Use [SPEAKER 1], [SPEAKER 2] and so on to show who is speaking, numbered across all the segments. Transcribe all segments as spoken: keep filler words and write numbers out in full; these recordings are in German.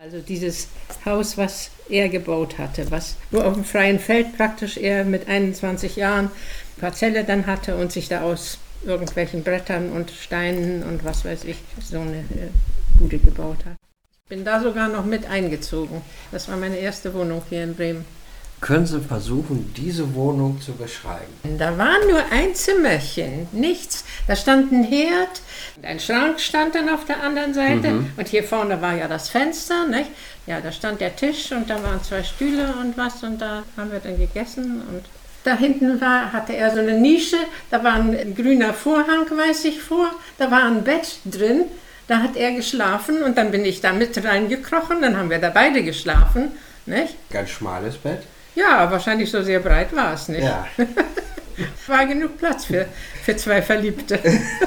[SPEAKER 1] Also dieses Haus, was er gebaut hatte, was nur auf dem freien Feld praktisch er mit einundzwanzig Jahren Parzelle dann hatte und sich da aus irgendwelchen Brettern und Steinen und was weiß ich so eine äh, Bude gebaut hat. Ich bin da sogar noch mit eingezogen. Das war meine erste Wohnung hier in Bremen.
[SPEAKER 2] Können Sie versuchen, diese Wohnung zu beschreiben?
[SPEAKER 1] Da war nur ein Zimmerchen, nichts. Da stand ein Herd, ein Schrank stand dann auf der anderen Seite mhm. und hier vorne war ja das Fenster, nicht? Ja, da stand der Tisch und da waren zwei Stühle und was und da haben wir dann gegessen und da hinten war, hatte er so eine Nische, da war ein grüner Vorhang, weiß ich vor, da war ein Bett drin, da hat er geschlafen und dann bin ich da mit reingekrochen, dann haben wir da beide geschlafen, nicht?
[SPEAKER 2] Ganz schmales Bett?
[SPEAKER 1] Ja, wahrscheinlich so sehr breit war es nicht.
[SPEAKER 2] Ja.
[SPEAKER 1] War genug Platz für, für zwei Verliebte.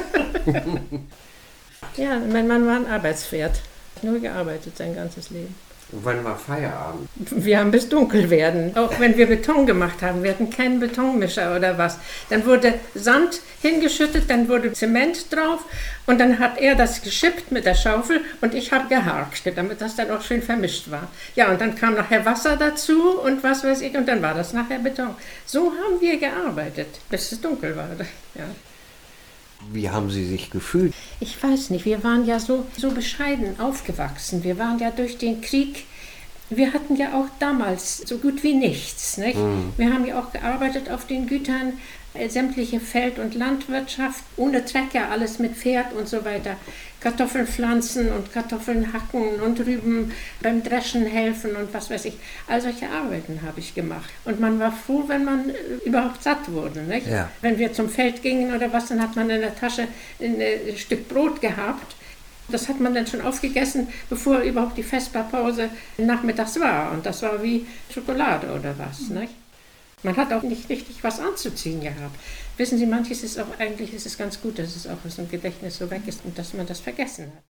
[SPEAKER 1] Ja, mein Mann war ein Arbeitspferd. Hat nur gearbeitet sein ganzes Leben.
[SPEAKER 2] Und wann war Feierabend?
[SPEAKER 1] Wir haben bis dunkel werden. Auch wenn wir Beton gemacht haben, wir hatten keinen Betonmischer oder was. Dann wurde Sand hingeschüttet, dann wurde Zement drauf und dann hat er das geschippt mit der Schaufel und ich habe geharkt, damit das dann auch schön vermischt war. Ja, und dann kam nachher Wasser dazu und was weiß ich und dann war das nachher Beton. So haben wir gearbeitet, bis es dunkel war. Ja.
[SPEAKER 2] Wie haben Sie sich gefühlt?
[SPEAKER 1] Ich weiß nicht, wir waren ja so, so bescheiden aufgewachsen. Wir waren ja durch den Krieg, wir hatten ja auch damals so gut wie nichts. Nicht? Mhm. Wir haben ja auch gearbeitet auf den Gütern, äh, sämtliche Feld- und Landwirtschaft, ohne Trecker, alles mit Pferd und so weiter. Kartoffeln pflanzen und Kartoffeln hacken und Rüben beim Dreschen helfen und was weiß ich. All solche Arbeiten habe ich gemacht. Und man war froh, wenn man äh, überhaupt satt wurde. Nicht? Ja. Wenn wir zum Feld gingen oder was, dann hat man in der Tasche ein, ein Stück Brot gehabt. Das hat man dann schon aufgegessen, bevor überhaupt die Vesperpause nachmittags war. Und das war wie Schokolade oder was. Nicht? Man hat auch nicht richtig was anzuziehen gehabt. Wissen Sie, manches ist auch eigentlich ist es ganz gut, dass es auch aus dem Gedächtnis so weg ist und dass man das vergessen hat.